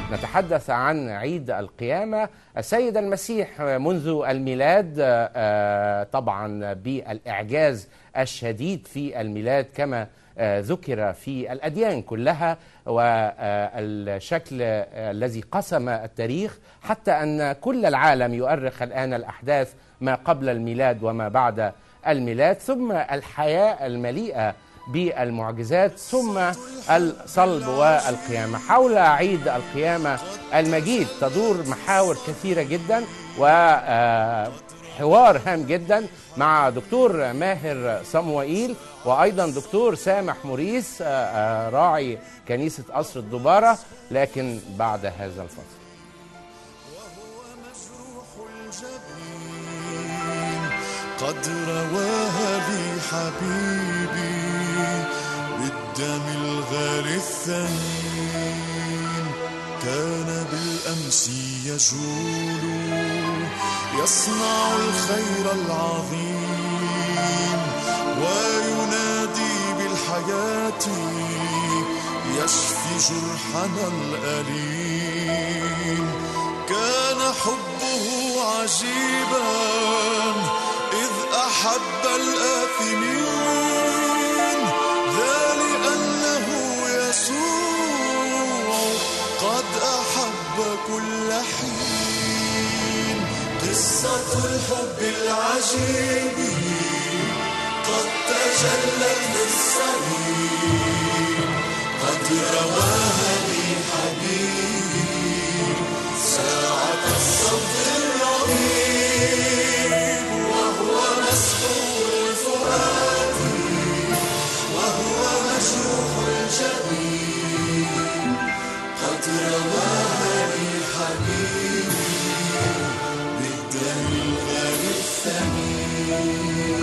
نتحدث عن عيد القيامة. السيد المسيح منذ الميلاد طبعا بالإعجاز الشديد في الميلاد كما ذكر في الأديان كلها، والشكل الذي قسم التاريخ حتى أن كل العالم يؤرخ الآن الأحداث ما قبل الميلاد وما بعد الميلاد، ثم الحياة المليئة بالمعجزات، ثم الصلب والقيامة. حول عيد القيامة المجيد تدور محاور كثيرة جدا وحوار هام جدا مع دكتور ماهر صموئيل وأيضا دكتور سامح موريس راعي كنيسة قصر الدبارة، لكن بعد هذا الفصل. قد رواها لي حبيبي بالدم الغالي الثمين، كان بالأمس يجول يصنع الخير العظيم، وينادي بالحياة يشفي جرحنا الأليم. كان حبه عجيبا إذ أحب الآثمين، ذا لأنه يسوع قد أحب كل حين. قصة الحب العجيب قد تجلت في الصليب، قد رواها لي حبيبي ساعة الصبر الرهيب، وهو مسحور الفؤاد وهو مجروح الجبين، قد رواها لي حبيبي بالدم الغالي الثمين.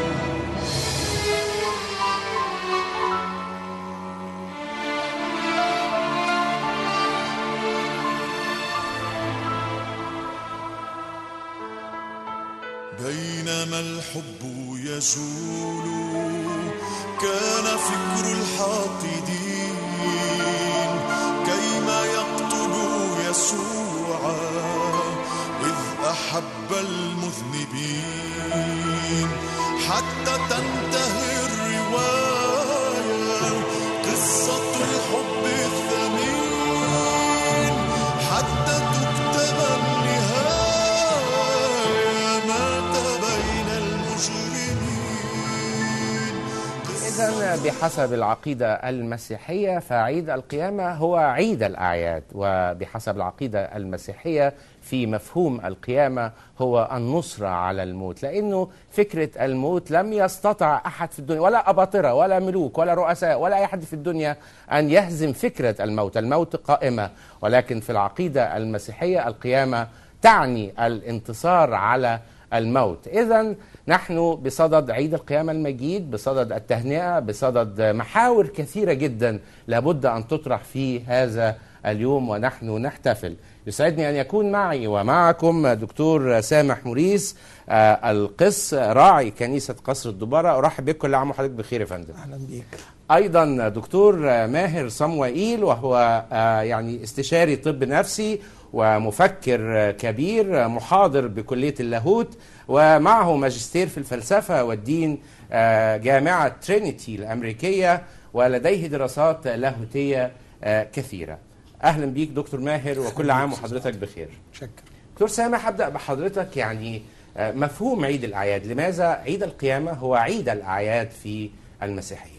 بينما الحب يجول كان فكر الحاقدين كيما يقتلوا يسوع إذ أحب المذنبين، حتى تنتهي الرواية قصة الحب الثمين، حتى تكتب إذن بحسب العقيدة المسيحية فعيد القيامة هو عيد الأعياد، وبحسب العقيدة المسيحية في مفهوم القيامة هو النصرة على الموت، لأنه فكرة الموت لم يستطع أحد في الدنيا ولا أباطرة ولا ملوك ولا رؤساء ولا أي حد في الدنيا أن يهزم فكرة الموت. الموت قائمة، ولكن في العقيدة المسيحية القيامة تعني الانتصار على الموت. إذن نحن بصدد عيد القيامة المجيد، بصدد التهنئة، بصدد محاور كثيرة جدا لابد أن تطرح في هذا اليوم ونحن نحتفل. يسعدني أن يكون معي ومعكم دكتور سامح موريس القس راعي كنيسة قصر الدبارة. أرحب بك، كل عام وحضرتك بخير يا فندم. أهلا بيك. أيضا دكتور ماهر صموئيل وهو يعني استشاري طب نفسي ومفكر كبير، محاضر بكلية اللاهوت ومعه ماجستير في الفلسفة والدين جامعة ترينيتي الأمريكية، ولديه دراسات لاهوتية كثيرة. أهلا بيك دكتور ماهر وكل عام وحضرتك بخير. شكرا. دكتور سامح، أبدأ بحضرتك. يعني مفهوم عيد الأعياد، لماذا عيد القيامة هو عيد الأعياد في المسيحية؟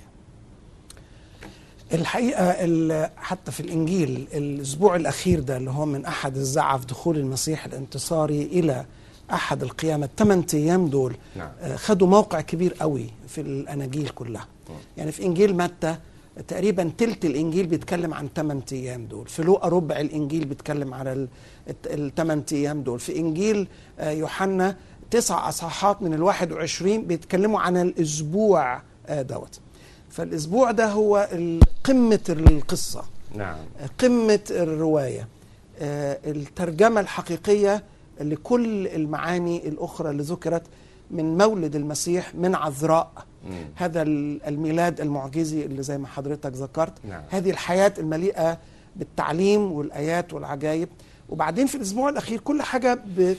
الحقيقة حتى في الإنجيل الأسبوع الأخير ده اللي هو من أحد الزعف دخول المسيح الانتصاري إلى أحد القيامة، 8 أيام دول خدوا موقع كبير قوي في الأناجيل كلها. يعني في إنجيل متى تقريبا تلت الإنجيل بيتكلم عن 8 أيام دول، في لوقا ربع الإنجيل بيتكلم على 8 أيام دول، في إنجيل يوحنا 9 أصحاحات من 21 بيتكلموا عن الأسبوع دوت. فالأسبوع ده هو قمة القصة، نعم، قمة الرواية، الترجمة الحقيقية لكل المعاني الأخرى اللي ذكرت من مولد المسيح من عذراء، هذا الميلاد المعجزي اللي زي ما حضرتك ذكرت، هذه الحياة المليئة بالتعليم والآيات والعجائب. وبعدين في الأسبوع الأخير كل حاجة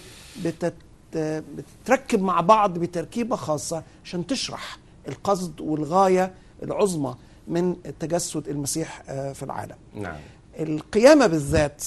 بتركب مع بعض بتركيبة خاصة عشان تشرح القصد والغاية العظمى من تجسد المسيح في العالم. نعم. القيامة بالذات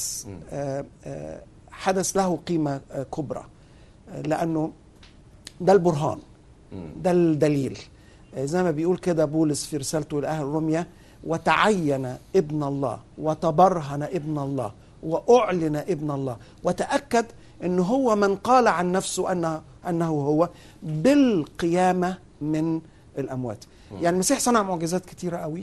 حدث له قيمة كبرى، لأنه ده البرهان، ده الدليل. زي ما بيقول كده بولس في رسالته لأهل روميا: وتعين ابن الله وتبرهن ابن الله وأعلن ابن الله، وتأكد أنه هو من قال عن نفسه أنه هو بالقيامة من الأموات. يعني المسيح صنع معجزات كتيرة قوي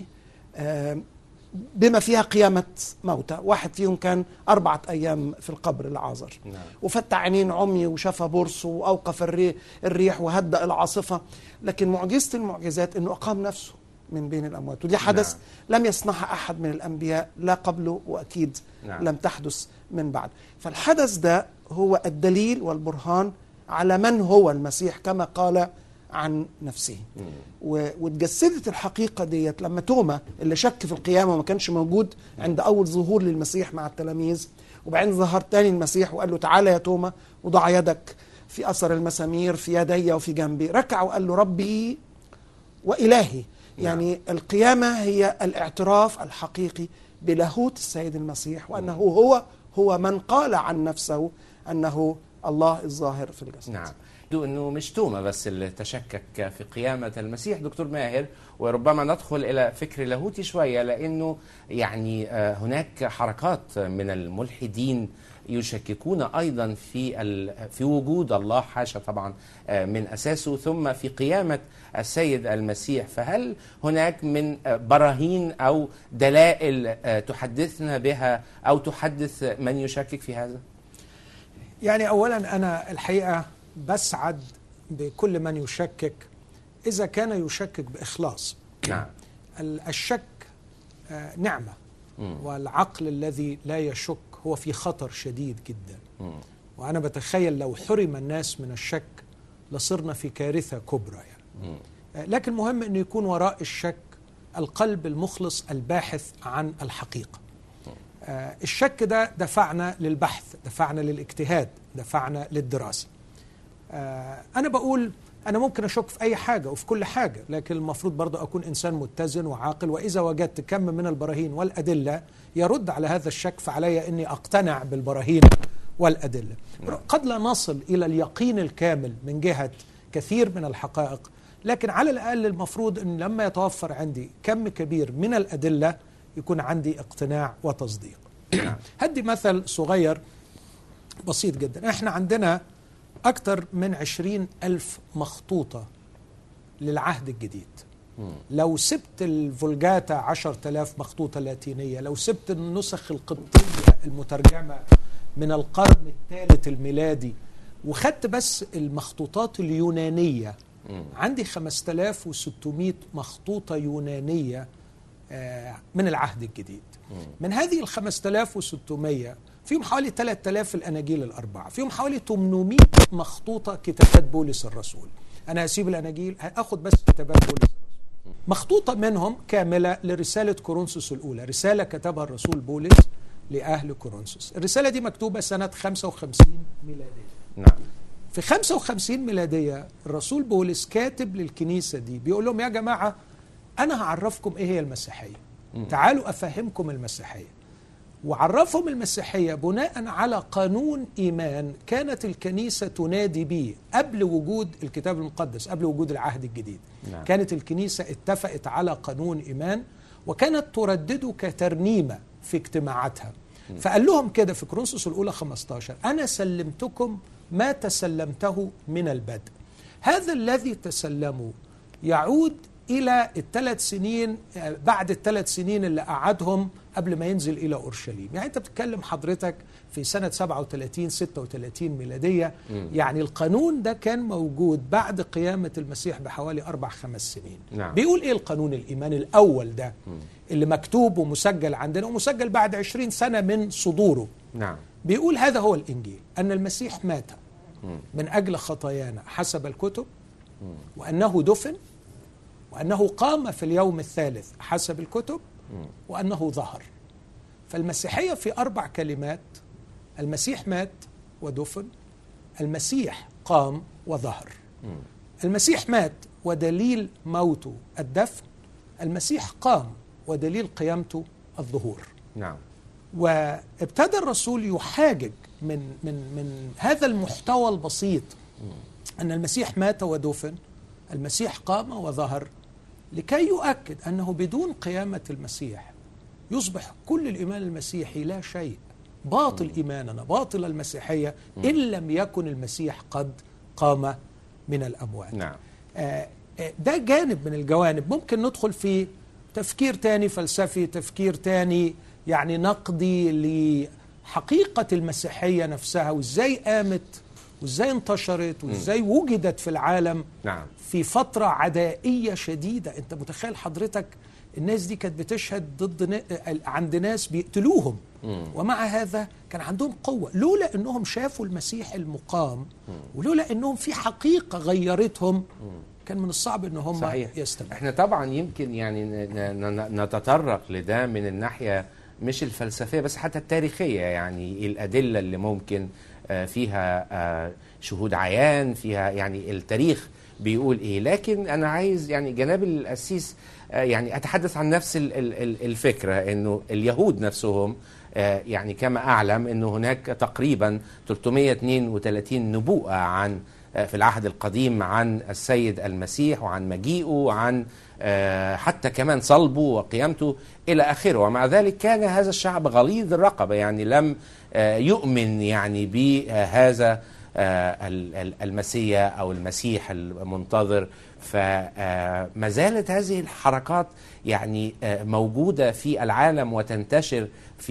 بما فيها قيامة موتى. واحد فيهم كان 4 أيام في القبر العازر، وفتح عينين عمي وشفى برص وأوقف الريح وهدأ العاصفة. لكن معجزة المعجزات أنه أقام نفسه من بين الأموات، ودي حدث لم يصنعها أحد من الأنبياء لا قبله، وأكيد لم تحدث من بعد. فالحدث ده هو الدليل والبرهان على من هو المسيح كما قال عن نفسه. واتجسدت الحقيقة ديت لما توما اللي شك في القيامة وما كانش موجود عند أول ظهور للمسيح مع التلاميذ، وبعدين ظهر تاني المسيح وقال له: تعالى يا توما وضع يدك في أثر المسامير في يدي وفي جنبي. ركع وقال له: ربي وإلهي. يعني القيامة هي الاعتراف الحقيقي بلاهوت السيد المسيح، وأنه هو من قال عن نفسه أنه الله الظاهر في الجسد. نعم. أنه مش توما بس اللي تشكك في قيامة المسيح دكتور ماهر، وربما ندخل إلى فكر لاهوتي شوية، لأنه يعني هناك حركات من الملحدين يشككون أيضا في وجود الله، حاشا طبعا من أساسه، ثم في قيامة السيد المسيح. فهل هناك من براهين أو دلائل تحدثنا بها أو تحدث من يشكك في هذا؟ يعني أولا أنا الحقيقة بسعد بكل من يشكك إذا كان يشكك بإخلاص. نعم. الشك نعمة، والعقل الذي لا يشك هو في خطر شديد جدا. وأنا بتخيل لو حرم الناس من الشك لصرنا في كارثة كبرى يعني. لكن مهم أن يكون وراء الشك القلب المخلص الباحث عن الحقيقة. الشك ده دفعنا للبحث، دفعنا للاجتهاد، دفعنا للدراسة. أنا بقول أنا ممكن أشك في أي حاجة وفي كل حاجة، لكن المفروض برضه أكون إنسان متزن وعاقل، وإذا وجدت كم من البراهين والأدلة يرد على هذا الشك فعلي أني أقتنع بالبراهين والأدلة. قد لا نصل إلى اليقين الكامل من جهة كثير من الحقائق، لكن على الأقل المفروض أن لما يتوفر عندي كم كبير من الأدلة يكون عندي اقتناع وتصديق. هدي مثل صغير بسيط جدا. احنا عندنا أكثر من 20,000 مخطوطة للعهد الجديد. لو سبت الفولجاتا 10,000 مخطوطة لاتينية، لو سبت النسخ القبطية المترجمة من القرن الثالث الميلادي وخدت بس المخطوطات اليونانية، عندي 5,600 مخطوطة يونانية من العهد الجديد. من هذه 5,600 فيهم حوالي 3,000 الأناجيل ال4، فيهم حوالي 800 مخطوطة كتابات بولس الرسول. أنا هسيب الأناجيل، هأخذ بس كتابات بولس الرسول. مخطوطة منهم كاملة لرسالة كورنثوس الأولى، رسالة كتبها الرسول بولس لأهل كورنثوس. الرسالة دي مكتوبة سنة 55 ميلادية. نعم. في 55 ميلادية الرسول بولس كاتب للكنيسة دي بيقول لهم: يا جماعة أنا هعرفكم إيه هي المسيحية، تعالوا أفهمكم المسيحية. وعرفهم المسيحية بناء على قانون إيمان كانت الكنيسة تنادي به قبل وجود الكتاب المقدس، قبل وجود العهد الجديد. نعم. كانت الكنيسة اتفقت على قانون إيمان وكانت تردده كترنيمة في اجتماعاتها. فقال لهم كده في كورنثوس الأولى 15: أنا سلمتكم ما تسلمته من البدء. هذا الذي تسلموا يعود إلى 3 سنين بعد 3 سنين اللي قعدهم قبل ما ينزل إلى أورشليم. يعني أنت بتتكلم حضرتك في سنة 37-36 ميلادية. يعني القانون ده كان موجود بعد قيامة المسيح بحوالي 4-5 سنين. نعم. بيقول إيه القانون الإيمان الأول ده اللي مكتوب ومسجل عندنا ومسجل بعد 20 سنة من صدوره؟ نعم. بيقول هذا هو الإنجيل، أن المسيح مات من أجل خطايانا حسب الكتب، وأنه دفن، وأنه قام في اليوم الثالث حسب الكتب، وأنه ظهر. فالمسيحية في 4 كلمات: المسيح مات ودفن، المسيح قام وظهر. المسيح مات ودليل موته الدفن، المسيح قام ودليل قيامته الظهور. نعم. وابتدى الرسول يحاجج من هذا المحتوى البسيط أن المسيح مات ودفن، المسيح قام وظهر، لكي يؤكد أنه بدون قيامة المسيح يصبح كل الإيمان المسيحي لا شيء، باطل إيماننا، باطل المسيحية إن لم يكن المسيح قد قام من الأموات. نعم. ده جانب من الجوانب. ممكن ندخل في تفكير تاني فلسفي، تفكير تاني يعني نقدي لحقيقة المسيحية نفسها، وإزاي قامت وإزاي انتشرت وإزاي وجدت في العالم. نعم. في فترة عدائية شديدة. أنت متخيل حضرتك الناس دي كانت بتشهد ضد عند ناس بيقتلوهم، ومع هذا كان عندهم قوة، لولا أنهم شافوا المسيح المقام ولولا أنهم في حقيقة غيرتهم كان من الصعب أن هم يستمروا. احنا طبعا يمكن يعني نتطرق لده من الناحية مش الفلسفية بس حتى التاريخية، يعني الأدلة اللي ممكن فيها شهود عيان، فيها يعني التاريخ بيقول ايه. لكن انا عايز يعني جناب القسيس يعني اتحدث عن نفس الفكرة، انه اليهود نفسهم يعني كما اعلم انه هناك تقريبا 332 نبوءة عن في العهد القديم عن السيد المسيح وعن مجيئه وعن حتى كمان صلبه وقيامته إلى آخره. ومع ذلك كان هذا الشعب غليظ الرقبة، يعني لم يؤمن يعني بهذا المسيح أو المسيح المنتظر. فما زالت هذه الحركات يعني موجودة في العالم وتنتشر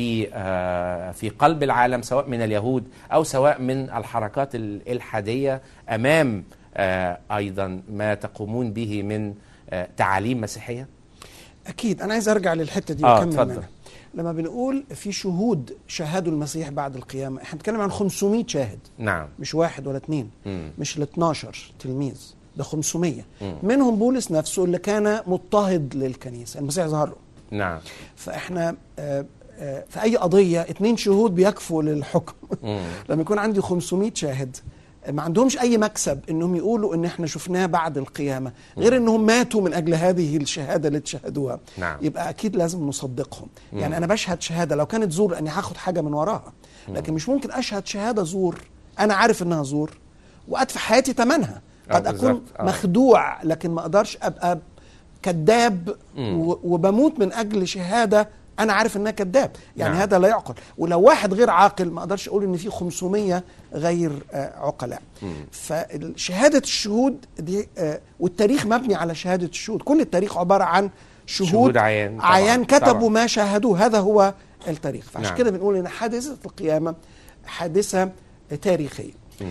في قلب العالم، سواء من اليهود أو سواء من الحركات الإلحادية، أمام أيضا ما تقومون به من تعاليم مسيحية. أكيد أنا عايز أرجع للحتة دي وأكمل منها. لما بنقول في شهود شهدوا المسيح بعد القيامة، احنا بنتكلم عن 500 شاهد. نعم. مش 1 ولا 2، مش ال 12 تلميذ، ده 500. منهم بولس نفسه اللي كان مضطهد للكنيسة، المسيح ظهر له. نعم. فاحنا في أي قضية 2 شهود بيكفوا للحكم. لما يكون عندي 500 شاهد ما عندهمش أي مكسب إنهم يقولوا إن إحنا شفناه بعد القيامة، غير إنهم ماتوا من أجل هذه الشهادة اللي تشهدوها. نعم. يبقى أكيد لازم نصدقهم. يعني أنا بشهد شهادة لو كانت زور أني هاخد حاجة من وراها، لكن مش ممكن أشهد شهادة زور أنا عارف إنها زور وأدفع حياتي ثمنها. قد أكون مخدوع، لكن ما أقدرش أبقى كذاب وبموت من أجل شهادة أنا عارف إنها كذاب. يعني نعم. هذا لا يعقل. ولو واحد غير عاقل ما أقدرش أقول إن في 500 غير عقلاء. فشهادة الشهود دي والتاريخ مبني على شهادة الشهود. كل التاريخ عبارة عن شهود عيان كتبوا ما شاهدوه، هذا هو التاريخ. فعشان نعم. كده بنقول إن حادثة القيامة حادثة تاريخية.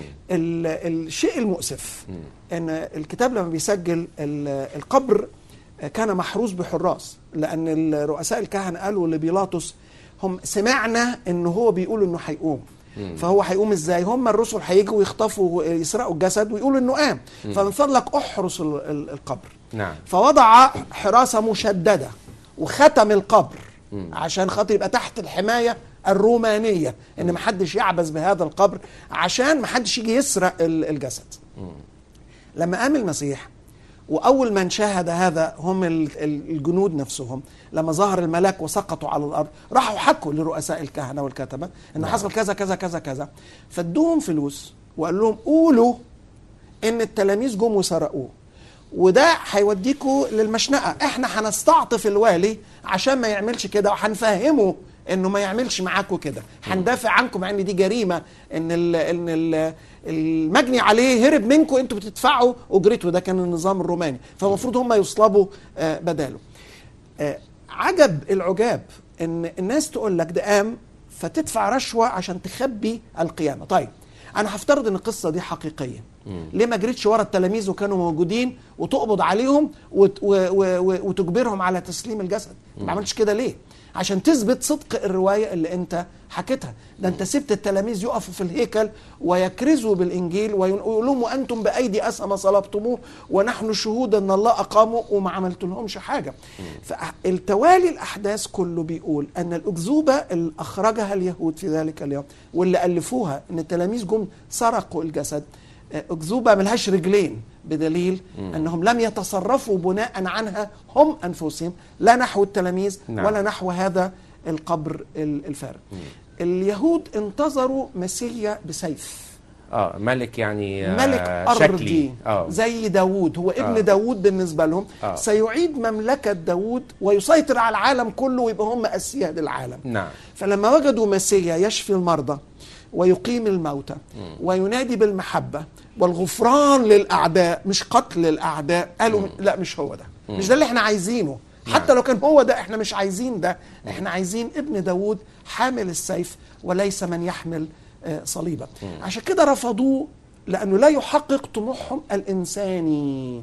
الشيء المؤسف أن الكتاب لما بيسجل القبر كان محروس بحراس، لأن الرؤساء الكهنة قالوا لبيلاطس هم سمعنا إنه هو بيقول إنه هيقوم، فهو هيقوم إزاي؟ هم الرسل هيجوا ويخطفوا يسرقوا الجسد ويقولوا إنه قام، فمن فضلك أحرس القبر. نعم. فوضع حراسة مشددة وختم القبر عشان خاطر يبقى تحت الحماية الرومانية، إن محدش يعبث بهذا القبر عشان محدش يجي يسرق الجسد. لما قام المسيح وأول من شاهد هذا هم الجنود نفسهم، لما ظهر الملاك وسقطوا على الأرض راحوا حكوا لرؤساء الكهنة والكتبة إن حصل كذا كذا كذا كذا، فادوهم فلوس وقال لهم قولوا إن التلاميذ جم وسرقوه، وده هيوديكوا للمشنقة. احنا هنستعطف الوالي عشان ما يعملش كده، وهنفهمه انه ما يعملش معاكم كده، هندافع عنكم مع ان دي جريمه، ان المجني عليه هرب منكم، انتوا بتدفعوا اجرته. ده كان النظام الروماني، فالمفروض هم يصلبوا بداله. عجب العجاب ان الناس تقول لك ده قام فتدفع رشوه عشان تخبي القيامه. طيب انا هفترض ان القصه دي حقيقيه، ليه ما جريتش ورا التلاميذ وكانوا موجودين وتقبض عليهم وتجبرهم على تسليم الجسد؟ ما عملتش كده ليه؟ عشان تثبت صدق الرواية اللي انت حكيتها. ده انت سبت التلاميذ يقفوا في الهيكل ويكرزوا بالإنجيل ويقولوا وأنتم بأيدي أسمى صلبتموه ونحن شهود أن الله أقامه وما عملت لهمش حاجة. فالتوالي الأحداث كله بيقول أن الأكذوبة اللي أخرجها اليهود في ذلك اليوم واللي ألفوها أن التلاميذ جم سرقوا الجسد، أكذوبة ملهاش رجلين، بدليل أنهم لم يتصرفوا بناء عنها هم أنفسهم، لا نحو التلاميذ ولا نحو هذا القبر الفارغ. اليهود انتظروا مسيا بسيف، ملك يعني ملك أرضي زي داود، هو ابن داود بالنسبة لهم. سيعيد مملكة داود ويسيطر على العالم كله ويبقى هم أسياد العالم. نعم. فلما وجدوا مسيا يشفي المرضى ويقيم الموتى وينادي بالمحبة والغفران للأعداء مش قتل الأعداء، قالوا لا مش هو ده، مش ده اللي احنا عايزينه. حتى لو كان هو ده احنا مش عايزين ده، احنا عايزين ابن داود حامل السيف وليس من يحمل صليبا. عشان كده رفضوه، لأنه لا يحقق طموحهم الإنساني،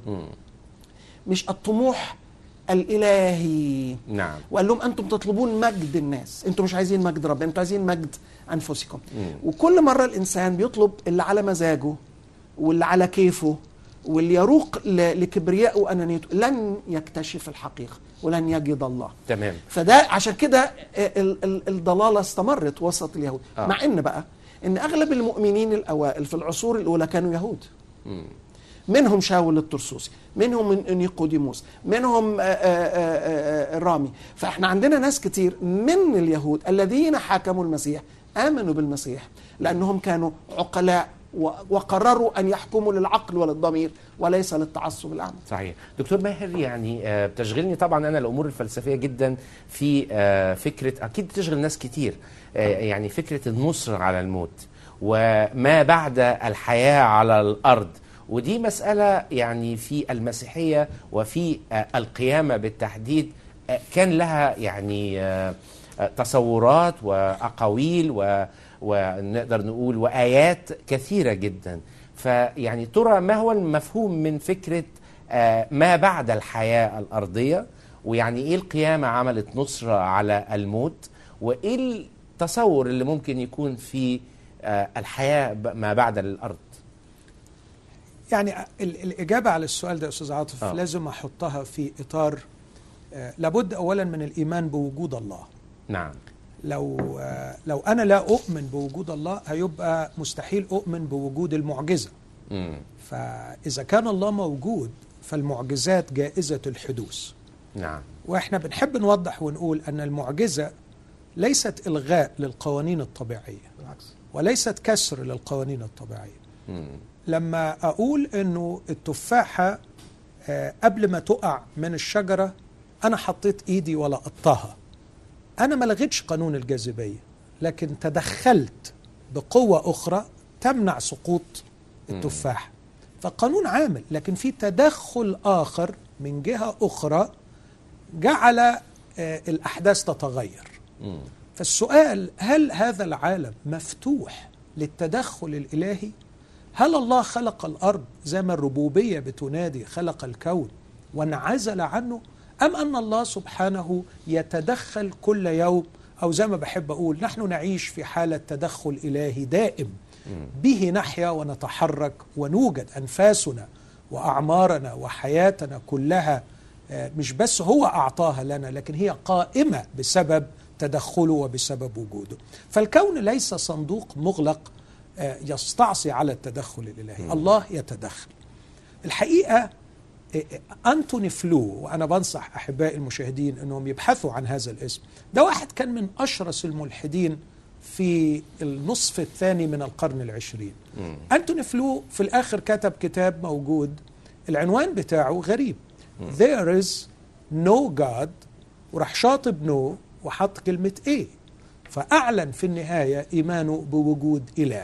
مش الطموح الإلهي. نعم. وقال لهم أنتم تطلبون مجد الناس، أنتم مش عايزين مجد ربنا، أنتم عايزين مجد أنفسكم. وكل مرة الإنسان بيطلب اللي على مزاجه واللي على كيفه واللي يروق لكبريائه وأنانيته لن يكتشف الحقيقة ولن يجد الله. تمام. فده عشان كده الضلالة استمرت وسط اليهود. مع إن بقى إن أغلب المؤمنين الأوائل في العصور الأولى كانوا يهود. منهم شاول الطرسوسي، منهم نيقوديموس، منهم الرامي. فإحنا عندنا ناس كتير من اليهود الذين حاكموا المسيح آمنوا بالمسيح لأنهم كانوا عقلاء وقرروا أن يحكموا للعقل وللضمير وليس للتعصب الأعمى. صحيح. دكتور ماهر، يعني بتشغلني طبعا أنا الأمور الفلسفية جدا في فكرة، أكيد بتشغل ناس كتير، يعني فكرة النصر على الموت وما بعد الحياة على الأرض. ودي مسألة يعني في المسيحية وفي القيامة بالتحديد كان لها يعني تصورات وأقاويل ونقدر نقول وآيات كثيرة جدا. فيعني ترى ما هو المفهوم من فكرة ما بعد الحياة الأرضية، ويعني إيه القيامة عملت نصرة على الموت، وإيه التصور اللي ممكن يكون في الحياة ما بعد الأرض؟ يعني الإجابة على السؤال ده أستاذ عاطف لازم أحطها في إطار لابد أولا من الإيمان بوجود الله. نعم. لو أنا لا أؤمن بوجود الله هيبقى مستحيل أؤمن بوجود المعجزة. فإذا كان الله موجود فالمعجزات جائزة الحدوث. نعم. وإحنا بنحب نوضح ونقول أن المعجزة ليست إلغاء للقوانين الطبيعية وليست كسر للقوانين الطبيعية. لما أقول أنه التفاحة قبل ما تقع من الشجرة أنا حطيت إيدي ولقطتها، أنا ما لغيتش قانون الجاذبية، لكن تدخلت بقوة أخرى تمنع سقوط التفاحة. فالقانون عامل، لكن في تدخل آخر من جهة أخرى جعل الأحداث تتغير. فالسؤال، هل هذا العالم مفتوح للتدخل الإلهي؟ هل الله خلق الأرض زي ما الربوبية بتنادي خلق الكون وانعزل عنه، أم أن الله سبحانه يتدخل كل يوم، أو زي ما بحب أقول نحن نعيش في حالة تدخل إلهي دائم به نحيا ونتحرك ونوجد، أنفاسنا وأعمارنا وحياتنا كلها مش بس هو أعطاها لنا لكن هي قائمة بسبب تدخله وبسبب وجوده. فالكون ليس صندوق مغلق يستعصي على التدخل الإلهي. الله يتدخل. الحقيقة أنتوني فلو، وأنا بنصح أحبائي المشاهدين أنهم يبحثوا عن هذا الاسم، ده واحد كان من أشرس الملحدين في النصف الثاني من القرن العشرين. أنتوني فلو في الآخر كتب كتاب موجود العنوان بتاعه غريب، There is no God، وراح شاطب no وحط كلمة إيه، فأعلن في النهاية إيمانه بوجود إله.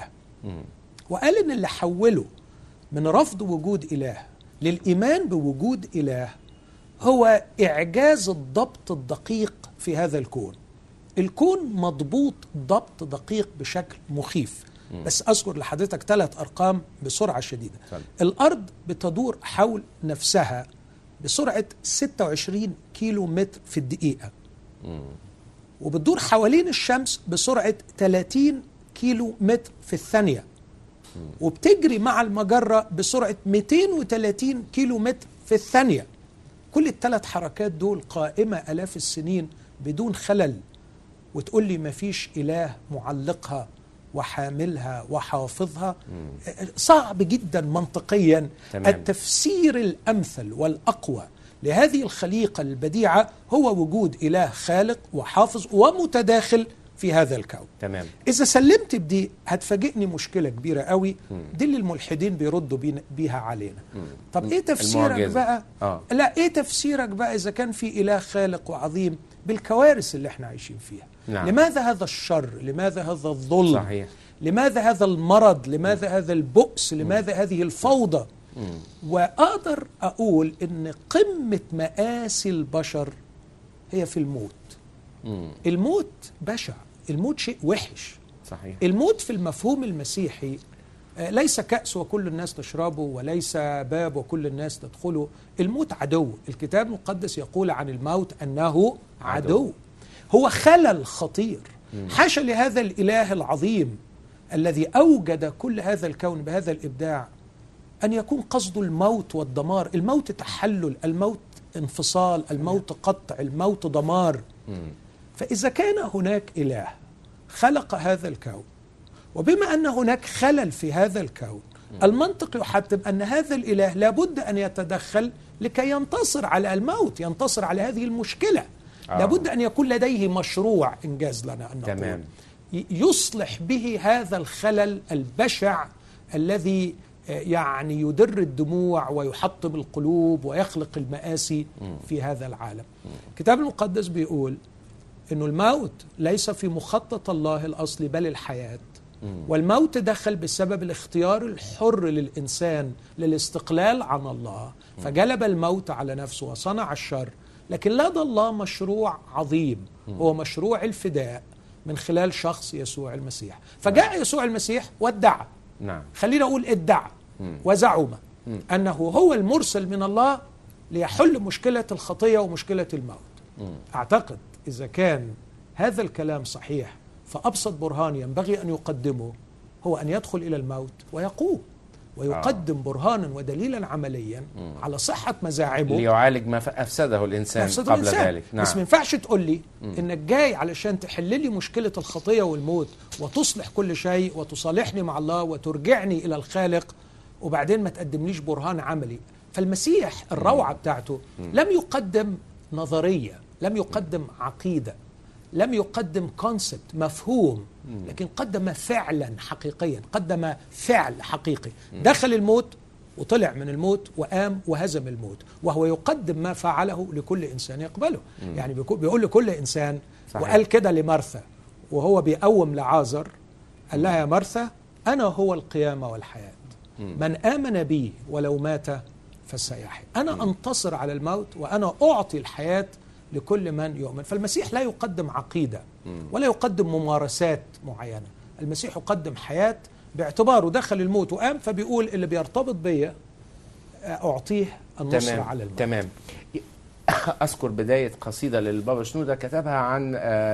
وقال إن اللي حوله من رفض وجود إله للإيمان بوجود إله هو إعجاز الضبط الدقيق في هذا الكون. الكون مضبوط ضبط دقيق بشكل مخيف. بس أذكر لحضرتك 3 أرقام بسرعة شديدة. الأرض بتدور حول نفسها بسرعة 26 كيلو متر في الدقيقة. وبتدور حوالين الشمس بسرعة 30 كيلو متر في الثانية، وبتجري مع المجرة بسرعة 230 كيلو متر في الثانية. كل الثلاث حركات دول قائمة آلاف السنين بدون خلل، وتقول لي مفيش إله معلقها وحاملها وحافظها؟ صعب جدا منطقيا. تمام. التفسير الأمثل والأقوى لهذه الخليقة البديعة هو وجود إله خالق وحافظ ومتداخل في هذا الكون. تمام. إذا سلمت بدي هتفاجئني مشكلة كبيرة قوي، دي اللي الملحدين بيردوا بيها علينا. طب إيه تفسيرك المعجزة. بقى؟ لا، إيه تفسيرك بقى إذا كان في إله خالق وعظيم بالكوارث اللي احنا عايشين فيها؟ نعم. لماذا هذا الشر؟ لماذا هذا الظلم؟ صحيح. لماذا هذا المرض؟ لماذا هذا البؤس؟ لماذا هذه الفوضى؟ وأقدر أقول إن قمة مآسي البشر هي في الموت. الموت بشع، الموت شيء وحش. صحيح. الموت في المفهوم المسيحي ليس كأس وكل الناس تشربه، وليس باب وكل الناس تدخله. الموت عدو. الكتاب المقدس يقول عن الموت أنه عدو. هو خلل خطير. حاشا لهذا الإله العظيم الذي أوجد كل هذا الكون بهذا الإبداع أن يكون قصده الموت والدمار. الموت تحلل، الموت انفصال، الموت قطع، الموت دمار. فإذا كان هناك إله خلق هذا الكون، وبما أن هناك خلل في هذا الكون، المنطق يحتم أن هذا الإله لابد أن يتدخل لكي ينتصر على الموت، ينتصر على هذه المشكلة. لابد أن يكون لديه مشروع، إنجاز لنا أن نقول، تمام. يصلح به هذا الخلل البشع الذي يعني يدر الدموع ويحطم القلوب ويخلق المآسي في هذا العالم. الكتاب المقدس بيقول إنه الموت ليس في مخطط الله الأصلي بل الحياة، والموت دخل بسبب الاختيار الحر للإنسان للاستقلال عن الله، فجلب الموت على نفسه وصنع الشر. لكن لدى الله مشروع عظيم، هو مشروع الفداء من خلال شخص يسوع المسيح. فجاء يسوع المسيح وادعى، نعم، خلينا أقول ادعى وزعم أنه هو المرسل من الله ليحل مشكلة الخطية ومشكلة الموت. أعتقد إذا كان هذا الكلام صحيح، فأبسط برهان ينبغي أن يقدمه هو أن يدخل إلى الموت ويقوم ويقدم برهانا ودليلا عمليا على صحة مزاعمه ليعالج ما أفسده الإنسان قبل ذلك. نعم. بس ما ينفعش تقول لي إنك جاي علشان تحل لي مشكلة الخطية والموت وتصلح كل شيء وتصالحني مع الله وترجعني إلى الخالق، وبعدين ما تقدمليش برهان عملي. فالمسيح الروعة بتاعته لم يقدم نظرية، لم يقدم عقيدة، لم يقدم كونسبت مفهوم، لكن قدم فعلا حقيقيا، قدم فعل حقيقي. دخل الموت وطلع من الموت وقام وهزم الموت، وهو يقدم ما فعله لكل إنسان يقبله. يعني بيقول لكل إنسان. صحيح. وقال كده لمرثا وهو بيقوم لعازر، قال لها يا مرثا أنا هو القيامة والحياة، من آمن بي ولو مات فسيحيا. أنا أنتصر على الموت وأنا أعطي الحياة لكل من يؤمن. فالمسيح لا يقدم عقيدة ولا يقدم ممارسات معينة، المسيح يقدم حياة باعتباره دخل الموت وقام، فبيقول اللي بيرتبط بيا أعطيه النصر على الموت. تمام. أذكر بداية قصيدة للبابا شنودة كتبها عن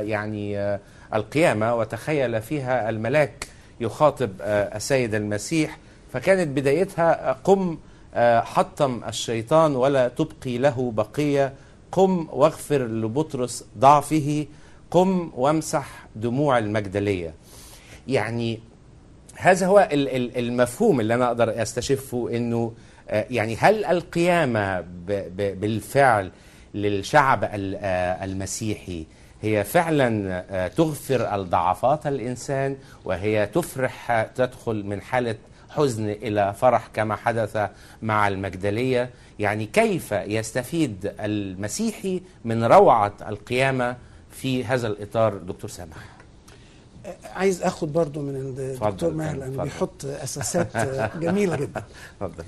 القيامة، وتخيل فيها الملاك يخاطب السيد المسيح، فكانت بدايتها قم حطم الشيطان ولا تبقي له بقية، قم واغفر لبطرس ضعفه، قم وامسح دموع المجدلية. يعني هذا هو المفهوم اللي أنا أقدر أستشفه، إنه يعني هل القيامة بالفعل للشعب المسيحي هي فعلا تغفر الضعفات الإنسان، وهي تفرح، تدخل من حالة حزن إلى فرح كما حدث مع المجدلية؟ يعني كيف يستفيد المسيحي من روعة القيامة في هذا الإطار دكتور سامح؟ عايز أخذ برضو من الدكتور ماهر لأنه بيحط أساسات جميلة جدا. فضل.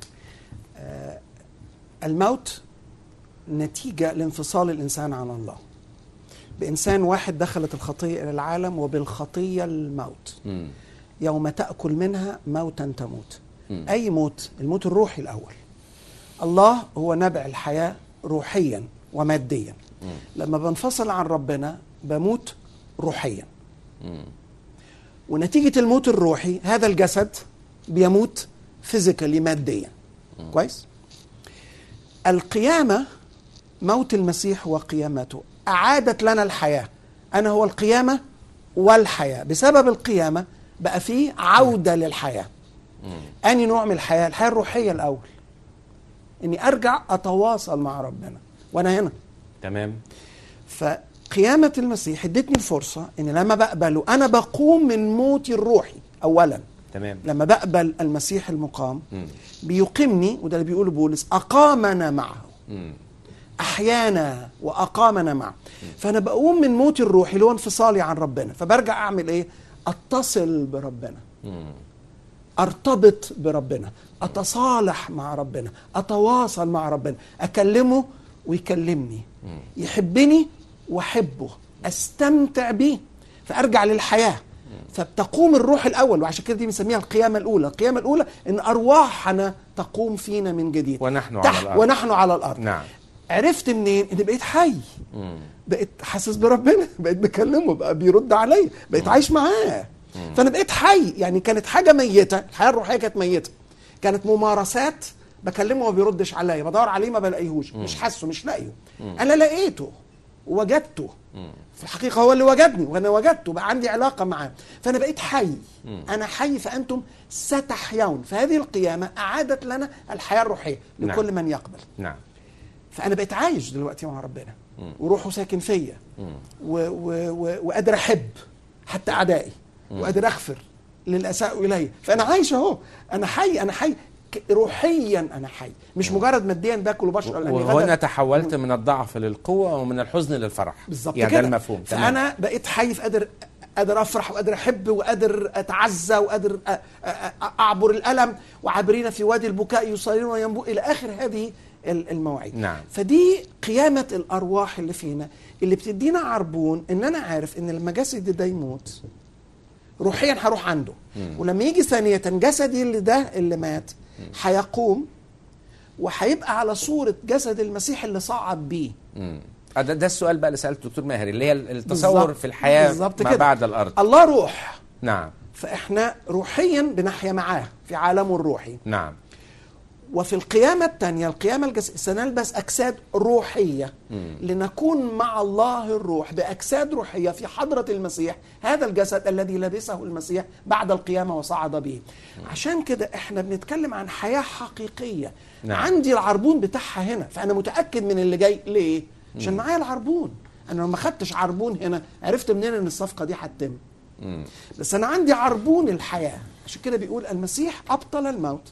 الموت نتيجة لانفصال الإنسان عن الله. بإنسان واحد دخلت الخطية إلى العالم، وبالخطية الموت. يوم تأكل منها موتا تموت. أي موت؟ الموت الروحي الأول. الله هو نبع الحياة روحيا وماديا. لما بنفصل عن ربنا بموت روحيا، ونتيجة الموت الروحي هذا الجسد بيموت فيزيكالي ماديا. كويس. القيامة، موت المسيح وقيامته أعادت لنا الحياة. أنا هو القيامة والحياة. بسبب القيامة بقى فيه عودة للحياة. أني نوع من الحياة؟ الحياة الروحية الأول، إني أرجع أتواصل مع ربنا وأنا هنا. تمام. فقيامة المسيح ادتني الفرصة إن لما بقبله أنا بقوم من موتي الروحي أولا. تمام. لما بقبل المسيح المقام بيقيمني، وده اللي بيقوله بولس، أقامنا معه، أحيانا وأقامنا معه. فأنا بقوم من موتي الروحي اللي هو انفصالي عن ربنا، فبرجع أعمل إيه؟ أتصل بربنا، أرتبط بربنا، أتصالح مع ربنا، أتواصل مع ربنا، أكلمه ويكلمني، يحبني وأحبه، أستمتع به، فأرجع للحياة. فبتقوم الروح الأول، وعشان كده دي بنسميها القيامة الأولى. القيامة الأولى إن أرواحنا تقوم فينا من جديد ونحن على الأرض. ونحن على الأرض. نعم. عرفت منين؟ إن بقيت حي، بقيت حاسس بربنا، بقيت بكلمه، بقى بيرد عليا، بقيت عايش معاه. فأنا بقيت حي. يعني كانت حاجة ميتة، الحياة الروحية كانت ميتة، كانت ممارسات، بكلمه وما بيردش عليا، بدور عليه ما بلاقيهوش، مش حاسه، مش لاقيه. أنا لقيته ووجدته، في الحقيقة هو اللي وجدني وأنا وجدته، بقى عندي علاقة معاه، فأنا بقيت حي. أنا حي فأنتم ستحيون. فهذه القيامة أعادت لنا الحياة الروحية لكل من يقبل. نعم. فأنا بقيت عايش دلوقتي مع ربنا، وروحه ساكن فيا، وقادر أحب حتى أعدائي، وقادر أغفر للأساء إلي. فأنا عايش أهو، أنا حي، أنا حي روحيا، أنا حي، مش مجرد ماديا باكل وبشرب. وهنا تحولت من الضعف للقوة ومن الحزن للفرح. بالظبط يعني كده. ده المفهوم. فأنا بقيت حي، قادر أفرح، وقادر أحب، وقادر أتعزى، وقادر أعبر الألم، وعابرين في وادي البكاء يصيرون وينبوء إلى آخر هذه المواعيد. نعم. فدي قيامة الأرواح اللي فينا، اللي بتدينا عربون إن أنا عارف إن لما جسدي ده يموت روحيا هروح عنده، ولما يجي ثانية جسدي اللي مات هيقوم، وهيبقى على صورة جسد المسيح اللي صعد بيه. ده السؤال بقى اللي سألته دكتور ماهر، اللي هي التصور في الحياة ما كده. بعد الأرض. الله روح. نعم. فإحنا روحيا بنحيا معاه في عالمه الروحي. نعم. وفي القيامة الثانية، القيامة الجسدية، سنلبس أجساد روحية لنكون مع الله الروح بأجساد روحية في حضرة المسيح، هذا الجسد الذي لبسه المسيح بعد القيامة وصعد به. عشان كده احنا بنتكلم عن حياة حقيقية. نعم. عندي العربون بتاعها هنا، فأنا متأكد من اللي جاي. ليه؟ عشان معايا العربون. أنا لو ما خدتش عربون هنا عرفت منين إن الصفقة دي هتتم. بس أنا عندي عربون الحياة. عشان كده بيقول المسيح أبطل الموت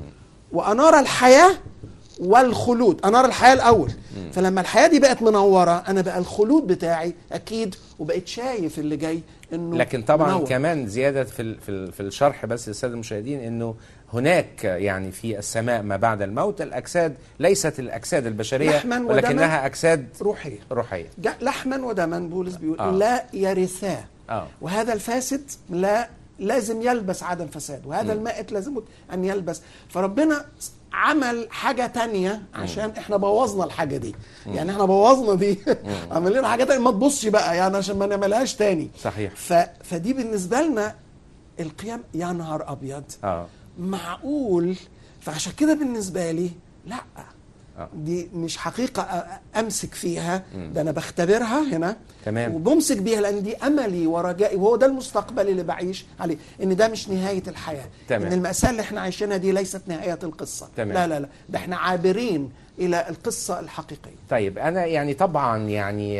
وأنار الحياة والخلود. أنار الحياة الأول، فلما الحياة دي بقت منورة أنا بقى الخلود بتاعي أكيد، وبقيت شايف اللي جاي إنه لكن طبعا منور. كمان زيادة في الشرح بس للسادة المشاهدين، إنه هناك يعني في السماء ما بعد الموت الأجساد ليست الأجساد البشرية، ولكنها أجساد روحية. لحما ودما. بولس بيقول لا يرثاه. وهذا الفاسد لا لازم يلبس عدم فساد، وهذا المائت لازم أن يلبس. فربنا عمل حاجة تانية عشان احنا بوظنا الحاجة دي. يعني احنا بوظنا دي عمل لنا حاجة تانية ما تبصش بقى، يعني عشان ما نعملهاش تاني. صحيح. فدي بالنسبة لنا القيام يا نهار أبيض. معقول. فعشان كده بالنسبة لي لا، دي مش حقيقة أمسك فيها، ده أنا بختبرها هنا. تمام. وبمسك بيها لأن دي أملي ورجائي، وهو ده المستقبل اللي بعيش عليه، إن ده مش نهاية الحياة. تمام. إن المأساة اللي احنا عايشينها دي ليست نهاية القصة. تمام. لا لا لا، ده احنا عابرين إلى القصة الحقيقية. طيب أنا يعني طبعا يعني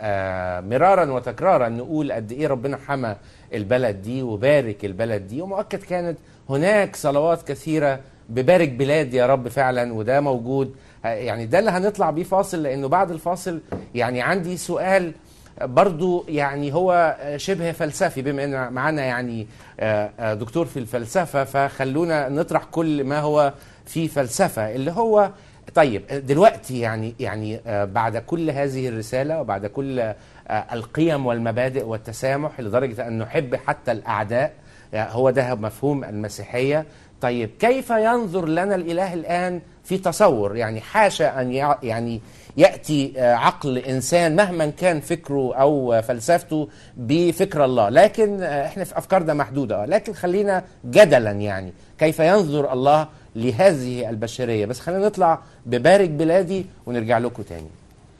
مرارا وتكرارا نقول قد إيه ربنا حمى البلد دي وبارك البلد دي، ومؤكد كانت هناك صلوات كثيرة ببارك بلاد يا رب فعلا، وده موجود. يعني ده اللي هنطلع بيه فاصل، لأنه بعد الفاصل يعني عندي سؤال برضو يعني هو شبه فلسفي، بما أن معنا يعني دكتور في الفلسفة، فخلونا نطرح كل ما هو في فلسفة، اللي هو طيب دلوقتي يعني بعد كل هذه الرسالة وبعد كل القيم والمبادئ والتسامح لدرجة أن نحب حتى الأعداء، هو ده مفهوم المسيحية. طيب كيف ينظر لنا الإله الآن في تصور، يعني حاشا أن يعني يأتي عقل إنسان مهما كان فكره أو فلسفته بفكر الله، لكن إحنا في أفكارنا محدودة. لكن خلينا جدلا يعني كيف ينظر الله لهذه البشرية. بس خلينا نطلع ببارك بلادي ونرجع لكم تاني.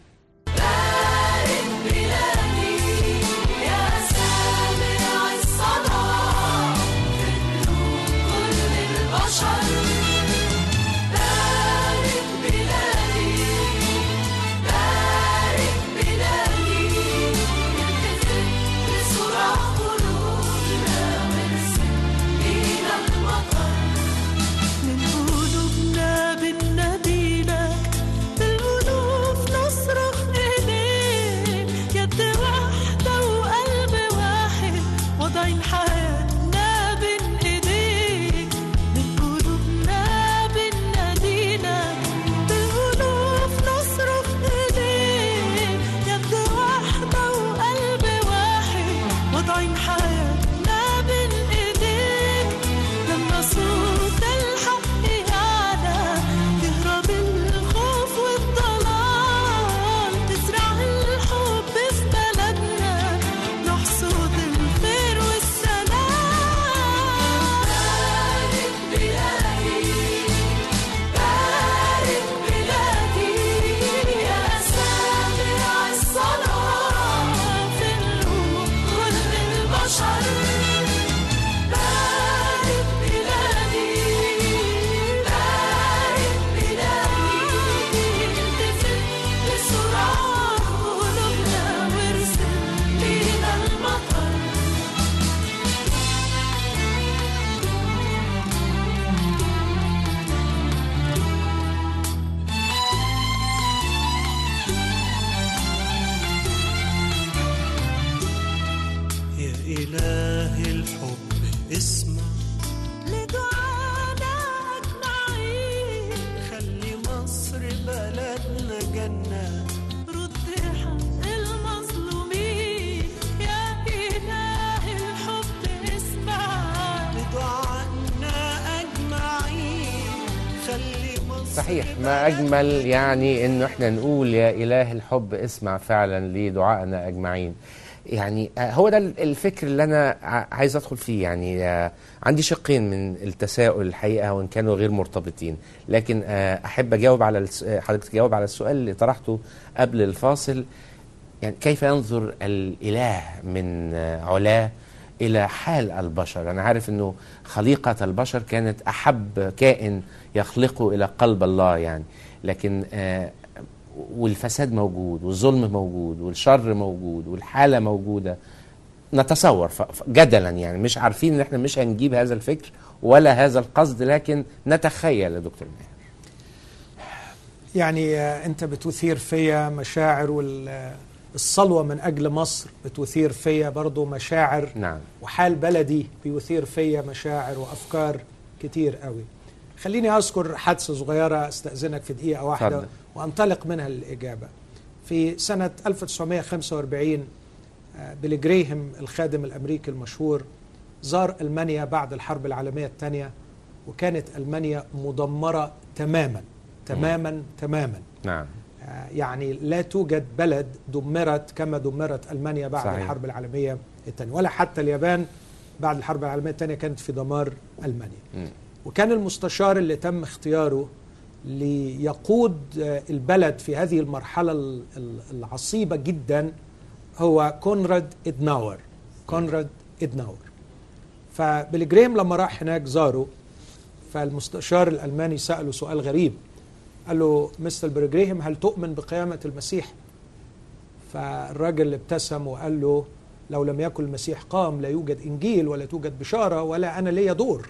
صحيح، ما أجمل يعني إنه إحنا نقول يا إله الحب اسمع فعلا لدعائنا أجمعين. يعني هو ده الفكر اللي أنا عايز أدخل فيه. يعني عندي شقين من التساؤل الحقيقة وإن كانوا غير مرتبطين، لكن أحب أجاوب على حضرتك تجاوب على السؤال اللي طرحته قبل الفاصل. يعني كيف ينظر الإله من علاه إلى حال البشر؟ أنا عارف أنه خليقة البشر كانت أحب كائن يخلقه إلى قلب الله يعني، لكن والفساد موجود والظلم موجود والشر موجود والحالة موجودة. نتصور جدلا يعني مش عارفين ان احنا مش هنجيب هذا الفكر ولا هذا القصد، لكن نتخيل يا دكتور ماهر. يعني انت بتثير فيا مشاعر، والصلوة من أجل مصر بتثير فيا برضو مشاعر. نعم. وحال بلدي بيثير فيا مشاعر وأفكار كتير قوي. خليني أذكر حادثة صغيرة استأذنك في دقيقة واحدة فضل. وأنطلق منها الإجابة. في سنة 1945 بيلي جريهام الخادم الأمريكي المشهور زار ألمانيا بعد الحرب العالمية الثانية، وكانت ألمانيا مدمرة تماما تماما تماما. نعم. يعني لا توجد بلد دمرت كما دمرت ألمانيا بعد صحيح. الحرب العالمية الثانية، ولا حتى اليابان بعد الحرب العالمية الثانية كانت في دمار ألمانيا. وكان المستشار اللي تم اختياره ليقود البلد في هذه المرحلة العصيبة جدا هو كونراد إدناور. كونراد إدناور. فبيلي جريهام لما راح هناك زاره، فالمستشار الألماني سأله سؤال غريب، قال له مستر بيلي جريهام هل تؤمن بقيامة المسيح؟ فالراجل ابتسم وقال له لو لم يكن المسيح قام لا يوجد إنجيل ولا توجد بشارة ولا أنا ليا دور.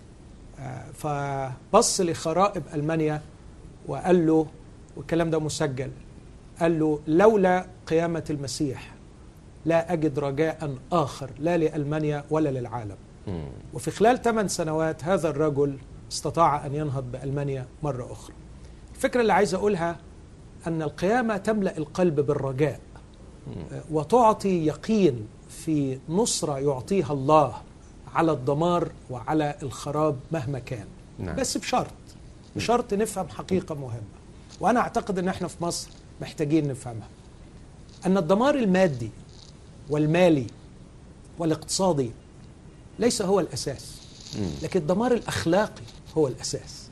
فبص لخرائب ألمانيا وقال له، والكلام ده مسجل، قال له لولا قيامة المسيح لا أجد رجاء آخر لا لألمانيا ولا للعالم. وفي خلال 8 سنوات هذا الرجل استطاع أن ينهض بألمانيا مرة أخرى. الفكرة اللي عايز أقولها أن القيامة تملأ القلب بالرجاء وتعطي يقين في نصرة يعطيها الله على الدمار وعلى الخراب مهما كان. نعم. بس بشرط بشرط نفهم حقيقة مهمة، وأنا أعتقد أن احنا في مصر محتاجين نفهمها، أن الدمار المادي والمالي والاقتصادي ليس هو الأساس، لكن الدمار الأخلاقي هو الأساس.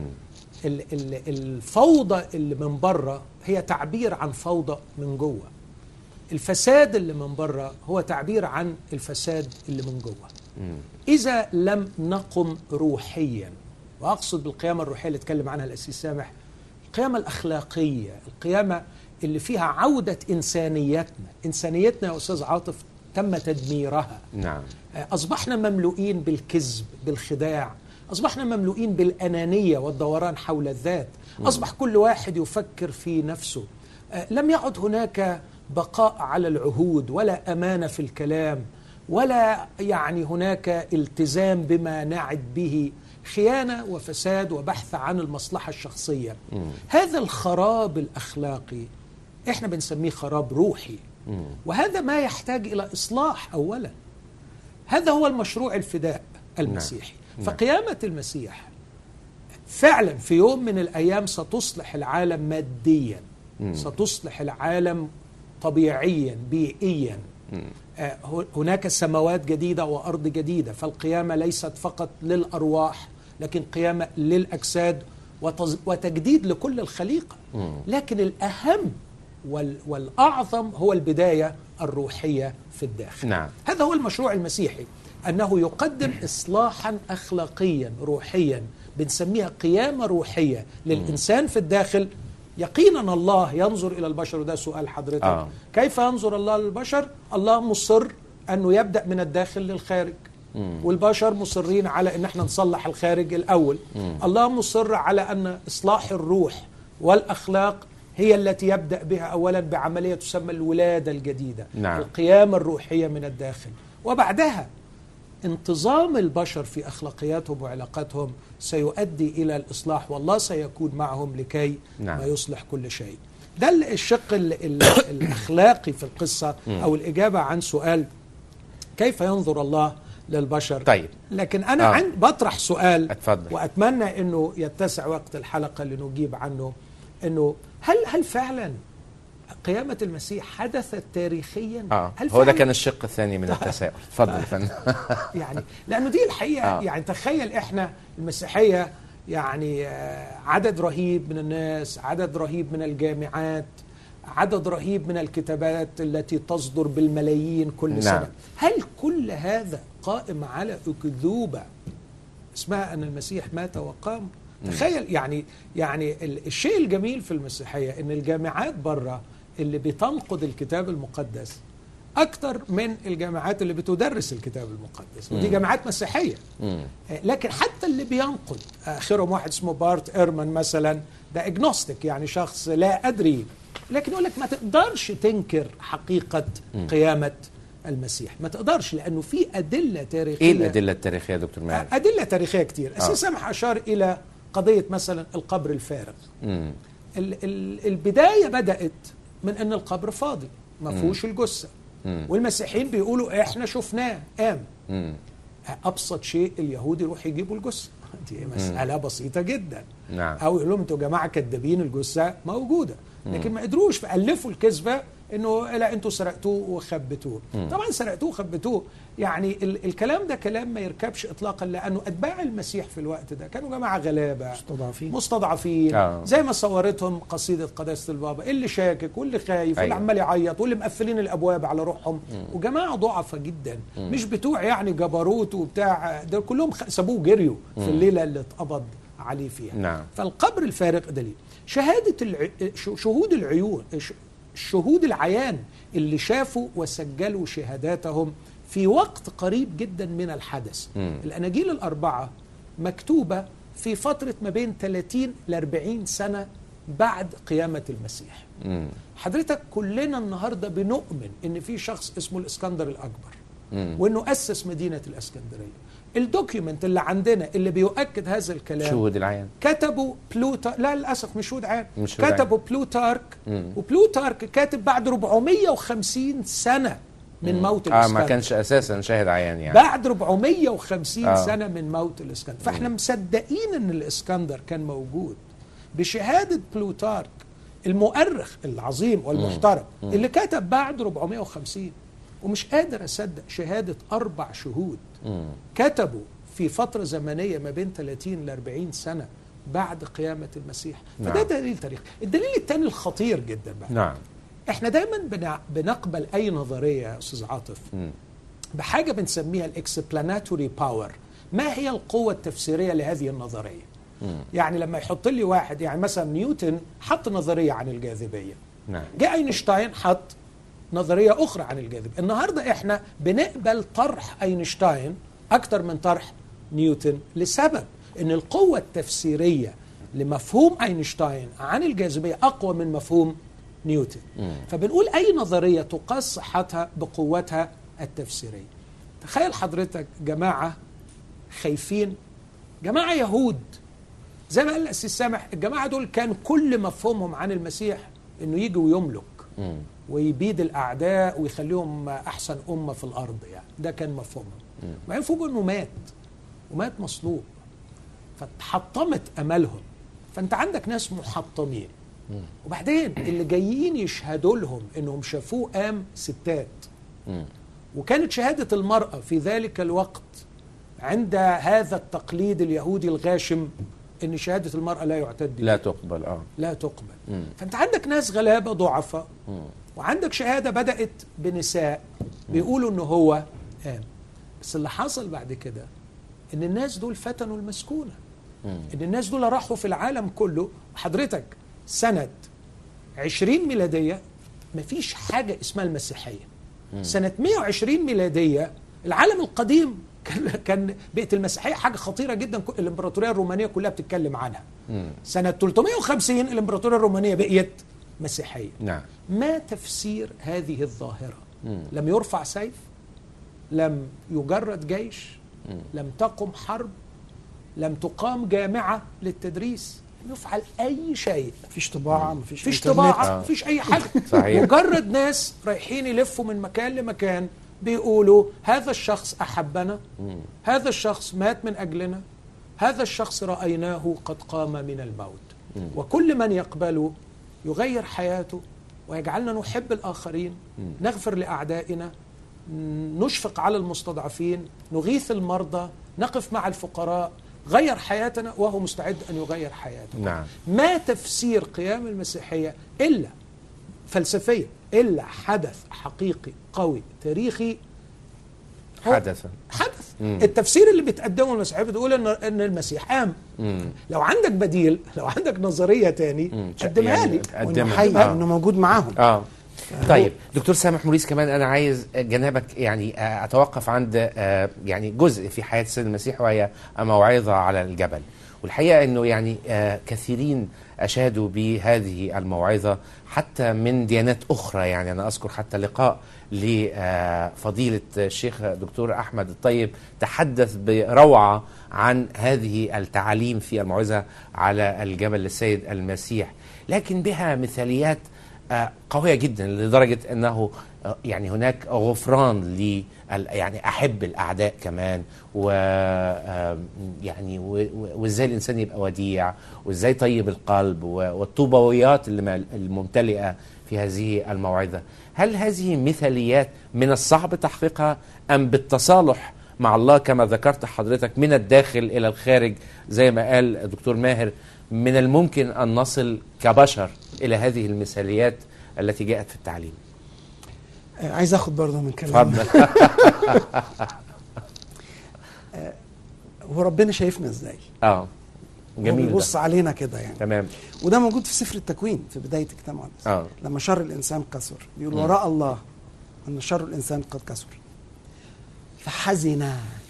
الفوضى اللي من بره هي تعبير عن فوضى من جوه. الفساد اللي من بره هو تعبير عن الفساد اللي من جوه. إذا لم نقم روحيا، وأقصد بالقيامة الروحية اللي اتكلم عنها الأسيس سامح، القيامة الأخلاقية، القيامة اللي فيها عودة إنسانيتنا يا أستاذ عاطف تم تدميرها. نعم. أصبحنا مملوئين بالكذب، بالخداع، أصبحنا مملوئين بالأنانية والدوران حول الذات. أصبح كل واحد يفكر في نفسه. لم يعد هناك بقاء على العهود، ولا أمانة في الكلام، ولا يعني هناك التزام بما نعد به، خيانة وفساد وبحث عن المصلحة الشخصية. هذا الخراب الأخلاقي إحنا بنسميه خراب روحي، وهذا ما يحتاج إلى إصلاح أولا. هذا هو المشروع الفداء المسيحي. فقيامة المسيح فعلا في يوم من الأيام ستصلح العالم ماديا، ستصلح العالم طبيعيا بيئيا. هناك سماوات جديدة وأرض جديدة. فالقيامة ليست فقط للأرواح، لكن قيامة للأجساد وتجديد لكل الخليقة. لكن الأهم والأعظم هو البداية الروحية في الداخل. نعم. هذا هو المشروع المسيحي، أنه يقدم إصلاحا أخلاقيا روحيا، بنسميها قيامة روحية للإنسان في الداخل. يقينا الله ينظر إلى البشر، وده سؤال حضرتك. كيف ينظر الله للبشر؟ الله مصر أنه يبدأ من الداخل للخارج، والبشر مصرين على أن احنا نصلح الخارج الأول. الله مصر على أن إصلاح الروح والأخلاق هي التي يبدأ بها أولا بعملية تسمى الولادة الجديدة. نعم. القيامة الروحية من الداخل، وبعدها انتظام البشر في أخلاقياتهم وعلاقاتهم سيؤدي إلى الإصلاح، والله سيكون معهم لكي ما يصلح كل شيء. ده الشق الأخلاقي في القصة، أو الإجابة عن سؤال كيف ينظر الله للبشر. طيب. لكن أنا بطرح سؤال، أتفضل. وأتمنى أنه يتسع وقت الحلقة لنجيب عنه، أنه هل فعلا قيامة المسيح حدثت تاريخيا؟ هو ده كان الشق الثاني من التساؤل. اتفضل يا فندم. يعني لأنه دي الحقيقة. يعني تخيل إحنا المسيحية، يعني عدد رهيب من الناس، عدد رهيب من الجامعات، عدد رهيب من الكتابات التي تصدر بالملايين كل سنة. هل كل هذا قائم على أكذوبة اسمها أن المسيح مات وقام؟ تخيل. يعني الشيء الجميل في المسيحية أن الجامعات برا اللي بتنقد الكتاب المقدس أكثر من الجامعات اللي بتدرس الكتاب المقدس، ودي جامعات مسيحية. لكن حتى اللي بينقد، آخرهم واحد اسمه بارت إيرمان مثلا، ده اجنوستيك، يعني شخص لا أدري، لكن يقول لك ما تقدرش تنكر حقيقة قيامة المسيح، ما تقدرش، لأنه في أدلة تاريخية. إيه الأدلة التاريخية دكتور ماهر؟ أدلة تاريخية كتير. أسيس سامح أشار إلى قضية مثلا القبر الفارغ. البداية بدأت من أن القبر فاضي ما فيهوش الجثة، والمسيحيين بيقولوا إحنا شفناه قام. أبسط شيء اليهود يروح يجيبوا الجثة، دي مسألة بسيطة جدا. نعم. أو يقول لهم أنتوا يا جماعة كذابين، الجثة موجودة. لكن ما قدروش، فألفوا الكذبة انه لا انتوا سرقتوه وخبتوه. طبعا سرقتوه وخبتوه، يعني الكلام ده كلام ما يركبش اطلاقا، لانه اتباع المسيح في الوقت ده كانوا جماعه غلابه مستضعفين. زي ما صورتهم قصيده قداسه البابا، اللي شاكك واللي خايف واللي عمال يعيط واللي مقفلين الابواب على روحهم، وجماعه ضعفه جدا، مش بتوع يعني جبروت وبتاع، ده كلهم سابوه جريوا في الليله اللي اتقبض عليه فيها. نعم. فالقبر الفارغ دليل. شهاده شهود العيون، شهود العيان اللي شافوا وسجلوا شهاداتهم في وقت قريب جدا من الحدث. الأناجيل الأربعة مكتوبة في فترة ما بين 30 ل 40 سنة بعد قيامة المسيح. حضرتك كلنا النهاردة بنؤمن إن في شخص اسمه الإسكندر الأكبر، وإنه أسس مدينة الإسكندرية. الدوكيومنت اللي عندنا اللي بيؤكد هذا الكلام شهود العيان كتبوا لا للأسف مش شهود عيان، كتبوا بلوتارك. وبلوتارك كاتب بعد 450 سنة من موت الإسكندر. ما كانش أساسا شاهد عيان يعني. بعد 450 سنة من موت الإسكندر. فإحنا مصدقين أن الإسكندر كان موجود بشهادة بلوتارك المؤرخ العظيم والمحترم اللي كتب بعد 450. ومش قادر أصدق شهادة 4 شهود كتبوا في فترة زمنية ما بين 30 ل 40 سنة بعد قيامة المسيح. فده دليل تاريخي. الدليل الثاني الخطير جدا بقى. نعم. احنا دايما بنقبل اي نظرية يا أستاذ عاطف بحاجة بنسميها الاكسبلاناتوري باور. ما هي القوة التفسيرية لهذه النظرية؟ يعني لما يحط لي واحد، يعني مثلا نيوتن حط نظرية عن الجاذبية، نعم. جاء اينشتاين حط نظرية أخرى عن الجاذبية. النهاردة احنا بنقبل طرح اينشتاين أكتر من طرح نيوتن لسبب ان القوة التفسيرية لمفهوم اينشتاين عن الجاذبية أقوى من مفهوم نيوتن. فبنقول أي نظرية تقاس صحتها بقوتها التفسيرية. تخيل حضرتك جماعة خايفين، جماعة يهود زي ما قال الأسيس سامح، الجماعة دول كان كل مفهومهم عن المسيح إنه يجي ويملك ويبيد الأعداء ويخليهم أحسن أمة في الأرض، يعني ده كان مفهومهم. وبعدين فوجئوا إنه مات ومات مصلوب، فتحطمت أملهم. فأنت عندك ناس محطمين، وبعدين اللي جايين يشهدوا لهم إنهم شافوه قام ستات. وكانت شهادة المرأة في ذلك الوقت عند هذا التقليد اليهودي الغاشم ان شهادة المرأة لا يعتد لا تقبل. لا تقبل. فانت عندك ناس غلابة ضعفاء، وعندك شهادة بدأت بنساء بيقولوا انه هو قام. بس اللي حصل بعد كده ان الناس دول فتنوا المسكونة، ان الناس دول راحوا في العالم كله. حضرتك سنة 20 ميلادية مفيش حاجة اسمها المسيحية. سنة 120 ميلادية العالم القديم كان بقت المسيحية حاجة خطيرة جدا، الإمبراطورية الرومانية كلها بتتكلم عنها. سنة 350 الإمبراطورية الرومانية بقيت مسيحية. نعم. ما تفسير هذه الظاهرة؟ لم يرفع سيف، لم يجرد جيش، لم تقم حرب، لم تقام جامعة للتدريس، لم يفعل أي شيء. مفيش طباعة، مفيش طباعة، مفيش أي حاجة. صحيح. مجرد ناس رايحين يلفوا من مكان لمكان بيقولوا هذا الشخص أحبنا، هذا الشخص مات من أجلنا، هذا الشخص رأيناه قد قام من الموت. وكل من يقبله يغير حياته ويجعلنا نحب الآخرين، نغفر لأعدائنا، نشفق على المستضعفين، نغيث المرضى، نقف مع الفقراء، غير حياتنا وهو مستعد أن يغير حياته. نعم. ما تفسير قيام المسيحية إلا فلسفيا، إلا حدث حقيقي قوي تاريخي حدث. التفسير اللي بتقدمه المسيحية بتقول ان المسيح قام. لو عندك بديل، لو عندك نظرية تاني قدمها لي، قدمها انه موجود معاهم. طيب دكتور سامح موريس، كمان انا عايز جنابك يعني اتوقف عند يعني جزء في حياة السيد المسيح وهي موعظة على الجبل. والحقيقة انه يعني كثيرين اشادوا بهذه الموعظة حتى من ديانات اخرى. يعني انا اذكر حتى لقاء لفضيلة الشيخ دكتور أحمد الطيب تحدث بروعة عن هذه التعاليم في الموعظة على الجبل للسيد المسيح، لكن بها مثاليات قوية جدا لدرجة أنه يعني هناك غفران ل يعني أحب الأعداء كمان، ويعني وإزاي الإنسان يبقى وديع، وإزاي طيب القلب، والطوبويات الممتلئة في هذه الموعظة. هل هذه مثاليات من الصعب تحقيقها أم بالتصالح مع الله كما ذكرت حضرتك من الداخل إلى الخارج زي ما قال الدكتور ماهر، من الممكن أن نصل كبشر إلى هذه المثاليات التي جاءت في التعليم؟ عايز أخذ برضه من كلام. اتفضل. هو ربنا شايفنا إزاي؟ جميل. بيبص علينا كده يعني. تمام. وده موجود في سفر التكوين في بداية الكتاب المقدس. لما شر الإنسان كثر، بيقول وراء الله أن شر الإنسان قد كثر فحزن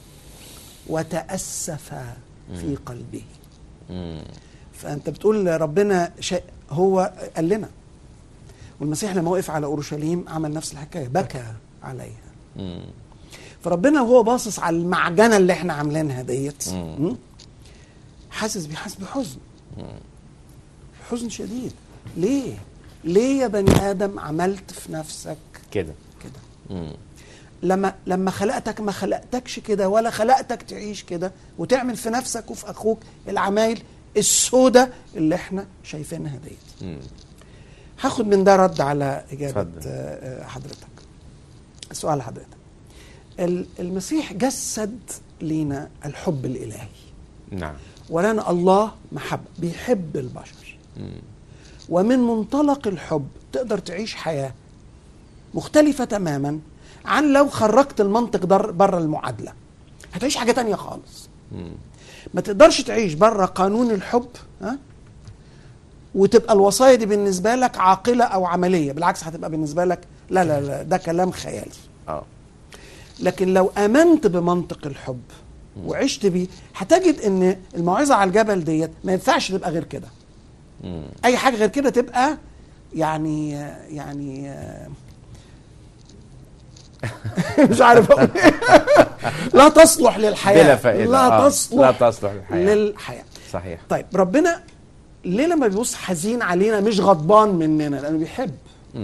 وتأسف في قلبه. فأنت بتقول ربنا هو قال لنا، والمسيح لما وقف على أورشليم عمل نفس الحكاية، بكى عليها. فربنا وهو باصص على المعجنة اللي احنا عاملينها ديت حاسس بحزن، حزن شديد. ليه يا بني آدم عملت في نفسك كده؟ لما خلقتك ما خلقتكش كده، ولا خلقتك تعيش كده وتعمل في نفسك وفي أخوك العمايل السودة اللي احنا شايفينها ديت. هاخد من ده رد على إجابة حضرتك. سؤال حضرتك، المسيح جسد لينا الحب الإلهي. نعم. ولنا الله محبة، بيحب البشر. ومن منطلق الحب تقدر تعيش حياة مختلفة تماما عن لو خرجت المنطق بره المعادلة، هتعيش حاجة تانية خالص. ما تقدرش تعيش بره قانون الحب وتبقى الوصايا دي بالنسبة لك عاقلة أو عملية، بالعكس هتبقى بالنسبة لك لا لا لا ده كلام خيالي. لكن لو آمنت بمنطق الحب وعشت بيه هتجد ان الموعظة على الجبل ديت ما ينفعش تبقى غير كده. اي حاجة غير كده تبقى يعني مش عارف اقول لا تصلح للحياة، بلا فائدة. لا تصلح للحياة. صحيح. طيب ربنا ليه لما بيبص حزين علينا مش غضبان مننا؟ لانه بيحب.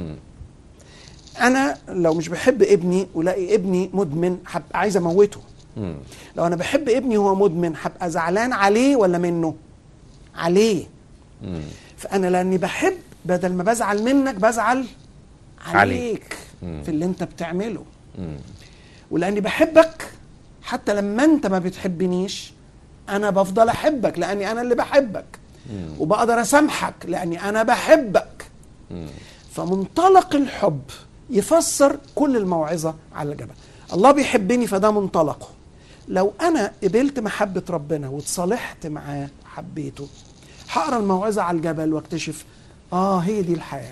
انا لو مش بحب ابني ولاقي ابني مدمن هبقى عايز اموته. لو انا بحب ابني وهو مدمن هبقى زعلان عليه ولا منه؟ عليه. فانا لاني بحب بدل ما بزعل منك بزعل عليك في اللي انت بتعمله. ولاني بحبك حتى لما انت ما بتحبنيش انا بفضل احبك لاني انا اللي بحبك. وبقدر اسامحك لاني انا بحبك. فمنطلق الحب يفسر كل الموعظة على الجبل. الله بيحبني فده منطلقه. لو أنا قبلت محبة ربنا وتصالحت معاه حبيته هقرأ الموعظة على الجبل واكتشف هي دي الحياة.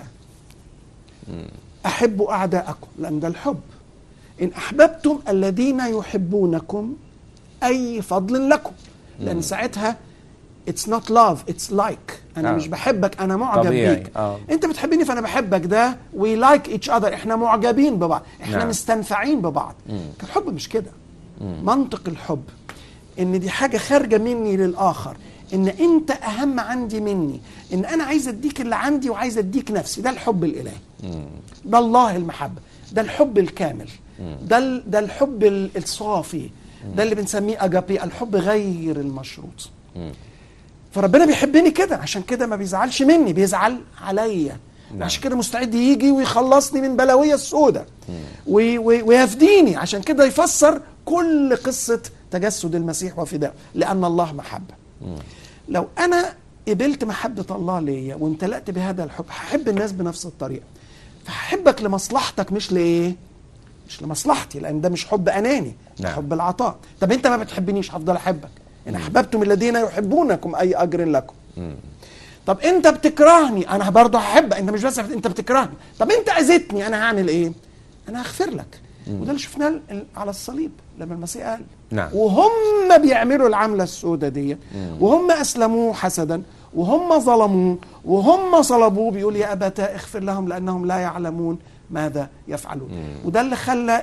أحبوا أعداءكم لأن ده الحب. إن أحببتم الذين يحبونكم أي فضل لكم. لأن ساعتها it's not love it's like. أنا مش بحبك، أنا معجب بيك. أنت بتحبني فأنا بحبك. ده we like each other. إحنا معجبين ببعض، إحنا مستنفعين ببعض. الحب مش كده. منطق الحب إن دي حاجة خارجة مني للآخر، إن أنت أهم عندي مني، إن أنا عايز أديك اللي عندي وعايز أديك نفسي. ده الحب الإلهي. ده الله المحبة. ده الحب الكامل. ده الحب الصافي. ده اللي بنسميه أجابي، الحب غير المشروط. فربنا بيحبني كده، عشان كده ما بيزعلش مني، بيزعل عليا. عشان كده مستعد يجي ويخلصني من بلاوية السوداء ويفديني. عشان كده يفسر كل قصة تجسد المسيح وفداء، لأن الله محبة. لو أنا قبلت محبة الله ليا وامتلأت بهذا الحب هحب الناس بنفس الطريقة. فهحبك لمصلحتك مش لإيه؟ مش لمصلحتي، لأن ده مش حب أناني، ده حب العطاء. طب أنت ما بتحبنيش هفضل أحبك. إن أحببتم الذين يحبونكم أي أجر لكم. طب أنت بتكرهني أنا برضه هحبك. أنت مش بس أنت بتكرهني، طب أنت أذيتني أنا هعمل إيه؟ أنا هغفر لك. وده اللي شفناه على الصليب لما المسيح قال وهم بيعملوا العملة السوداء دي وهم أسلموه حسدا وهم ظلموه وهم صلبوه، بيقول يا أبتاه اغفر لهم لأنهم لا يعلمون ماذا يفعلون. وده اللي خلى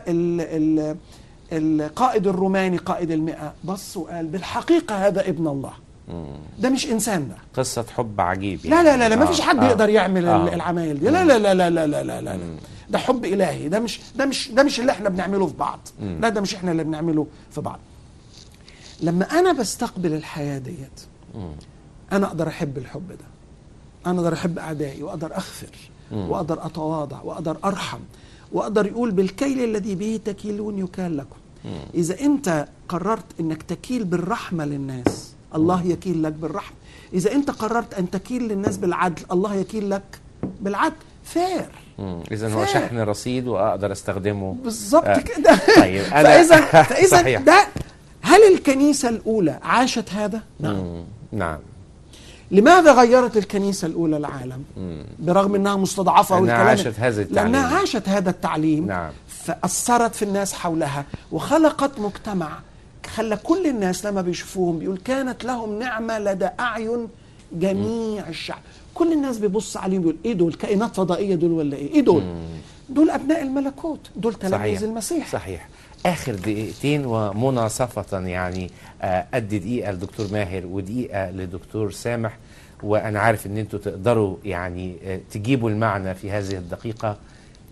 القائد الروماني قائد 100 بص وقال بالحقيقة هذا ابن الله. ده مش إنسان، ده قصة حب عجيب يعني. لا لا لا ما فيش حد يقدر يعمل العمايل دي. لا لا لا لا لا لا لا لا. ده حب إلهي. ده مش اللي احنا بنعمله في بعض. لا ده مش احنا اللي بنعمله في بعض. لما أنا بستقبل الحياة ديت أنا أقدر أحب الحب ده. أنا أقدر أحب أعدائي وأقدر أغفر وأقدر أتواضع وأقدر أرحم وأقدر يقول بالكيل الذي به تكيلون يكال لكم. إذا أنت قررت أنك تكيل بالرحمة للناس الله يكيل لك بالرحمة. إذا أنت قررت أن تكيل للناس بالعدل الله يكيل لك بالعدل. فير. إذن هو شحن رصيد وأقدر أستخدمه بالضبط كده. طيب فإذا ده هل الكنيسة الأولى عاشت هذا؟ نعم. لماذا غيرت الكنيسة الأولى العالم؟ برغم أنها مستضعفة لأنها عاشت هذا التعليم. لأنها عاشت هذا التعليم. نعم. فأثرت في الناس حولها وخلقت مجتمع خلى كل الناس لما بيشوفوهم بيقول كانت لهم نعمة لدى أعين جميع الشعب. كل الناس بيبص عليهم بيقول إيه دول؟ كائنات فضائية دول ولا إيه دول؟ دول أبناء الملكوت، دول تلاميذ المسيح. صحيح. آخر دقيقتين ومناصفة يعني أدي دقيقة لدكتور ماهر ودقيقة لدكتور سامح، وأنا عارف أن أنتوا تقدروا يعني تجيبوا المعنى في هذه الدقيقة.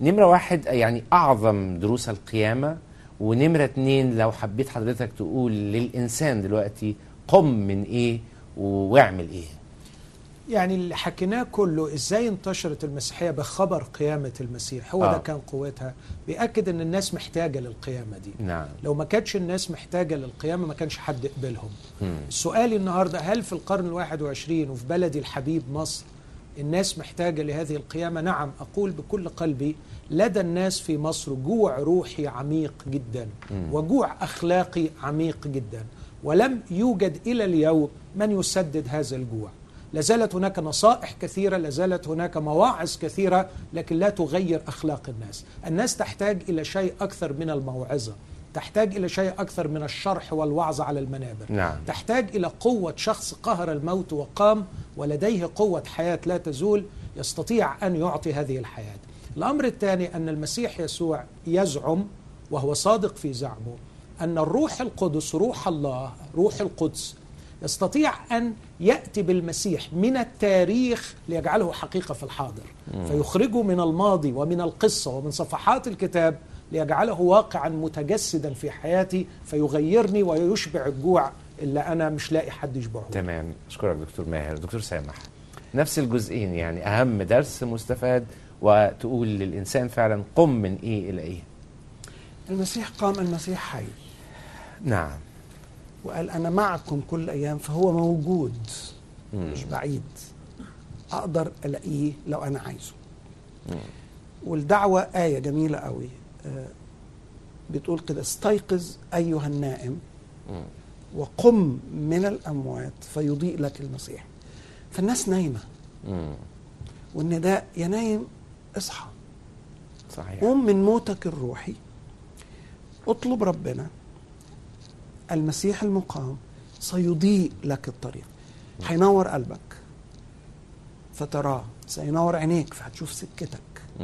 نمرة واحد يعني أعظم دروس القيامة، ونمرة اتنين لو حبيت حضرتك تقول للإنسان دلوقتي قم من إيه واعمل إيه. يعني اللي حكيناه كله ازاي انتشرت المسيحية بخبر قيامة المسيح، هو ده كان قوتها. بيأكد ان الناس محتاجة للقيامة دي. نعم. لو ما كانتش الناس محتاجة للقيامة ما كانش حد يقبلهم. السؤال النهاردة، هل في القرن ال21 وفي بلدي الحبيب مصر الناس محتاجة لهذه القيامة؟ نعم، أقول بكل قلبي لدى الناس في مصر جوع روحي عميق جدا وجوع أخلاقي عميق جدا، ولم يوجد إلى اليوم من يسدد هذا الجوع. لازالت هناك نصائح كثيرة، لازالت هناك مواعظ كثيرة، لكن لا تغير أخلاق الناس. الناس تحتاج إلى شيء أكثر من الموعظة، تحتاج إلى شيء أكثر من الشرح والوعظ على المنابر. نعم. تحتاج إلى قوة شخص قهر الموت وقام ولديه قوة حياة لا تزول، يستطيع أن يعطي هذه الحياة. الأمر الثاني أن المسيح يسوع يزعم، وهو صادق في زعمه، أن الروح القدس، روح الله، روح القدس، يستطيع أن يأتي بالمسيح من التاريخ ليجعله حقيقة في الحاضر، فيخرجه من الماضي ومن القصة ومن صفحات الكتاب ليجعله واقعا متجسدا في حياتي، فيغيرني ويشبع الجوع اللي أنا مش لاقي حد يشبعه. تمام، أشكرك دكتور ماهر. دكتور سامح، نفس الجزئين، يعني أهم درس مستفاد وتقول للإنسان فعلا قم من إيه إلى إيه. المسيح قام، المسيح حي. نعم. وقال أنا معكم كل أيام، فهو موجود مش بعيد، أقدر ألاقيه لو أنا عايزه. والدعوة آية جميلة قوي بتقول كده: استيقظ أيها النائم وقم من الأموات فيضيء لك المسيح. فالناس نايمة، والنداء يا نايم اصحى، صحيح. قم من موتك الروحي، اطلب ربنا، المسيح المقام سيضيء لك الطريق، هينور قلبك فتراه، سينور عينيك فهتشوف سكتك،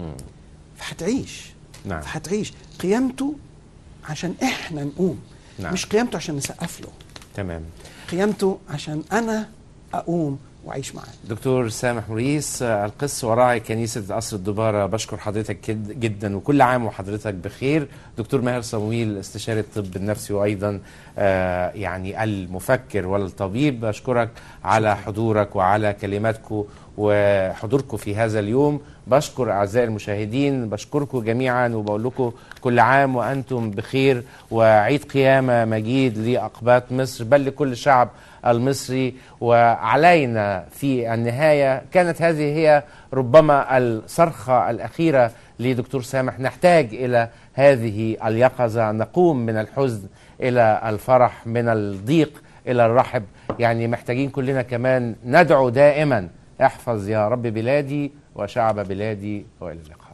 فهتعيش. نعم. فهتعيش قيامته عشان احنا نقوم. نعم. مش قيامته عشان نسقف له، تمام، قيامته عشان انا اقوم واعيش معاه. دكتور سامح موريس، القس وراعي كنيسة قصر الدبارة، بشكر حضرتك جدا وكل عام وحضرتك بخير. دكتور ماهر صمويل، استشاري الطب النفسي وأيضا يعني المفكر والطبيب، بشكرك على حضورك وعلى كلماتكم وحضوركم في هذا اليوم. بشكر أعزائي المشاهدين، بشكركم جميعا وبقول لكم كل عام وأنتم بخير، وعيد قيامة مجيد لأقباط مصر بل لكل الشعب المصري. وعلينا في النهاية، كانت هذه هي ربما الصرخة الأخيرة لدكتور سامح، نحتاج إلى هذه اليقظة، نقوم من الحزن إلى الفرح، من الضيق إلى الرحب. يعني محتاجين كلنا كمان ندعو دائما: احفظ يا رب بلادي وشعب بلادي، وإلى اللقاء.